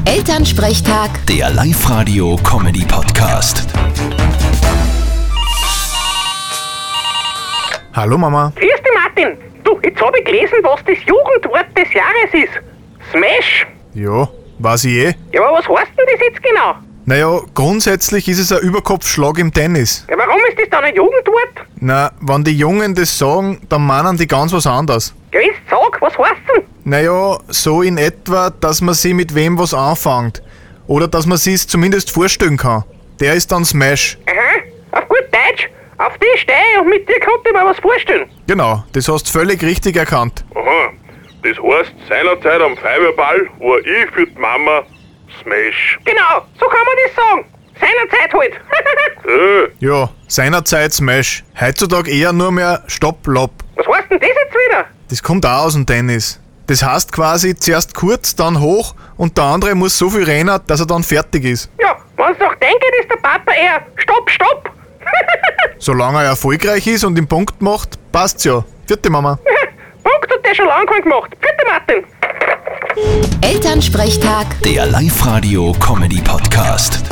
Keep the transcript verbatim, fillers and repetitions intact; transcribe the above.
Elternsprechtag, Der Live-Radio-Comedy-Podcast. Hallo Mama. Grüß dich, Martin. Du, jetzt habe ich gelesen, was das Jugendwort des Jahres ist. Smash. Ja, weiß ich eh. Ja, aber was heißt denn das jetzt genau? Naja, grundsätzlich ist es ein Überkopfschlag im Tennis. Ja, warum ist das dann ein Jugendwort? Na, wenn die Jungen das sagen, dann meinen die ganz was anderes. Ja, jetzt sag, was heißt denn? Naja, so in etwa, dass man sie mit wem was anfängt. Oder dass man sie es zumindest vorstellen kann. Der ist dann Smash. Aha, auf gut Deutsch. Auf die stehe ich und mit dir konnte ich mir was vorstellen. Genau, das hast du völlig richtig erkannt. Aha, das heißt, seinerzeit am Feuerball war ich für die Mama Smash. Genau, so kann man das sagen. Seinerzeit halt. Äh, Ja, seinerzeit Smash. Heutzutage eher nur mehr Stopp-Lob. Was heißt denn das jetzt wieder? Das kommt auch aus dem Tennis. Das heißt quasi zuerst kurz, dann hoch und der andere muss so viel rennen, dass er dann fertig ist. Ja, wenn's doch denkt, ist der Papa eher Stopp, Stopp. Solange er erfolgreich ist und den Punkt macht, passt's ja. Vierte Mama. Punkt hat der schon lange keinen gemacht. Bitte, Martin. Elternsprechtag. Der Live-Radio-Comedy-Podcast.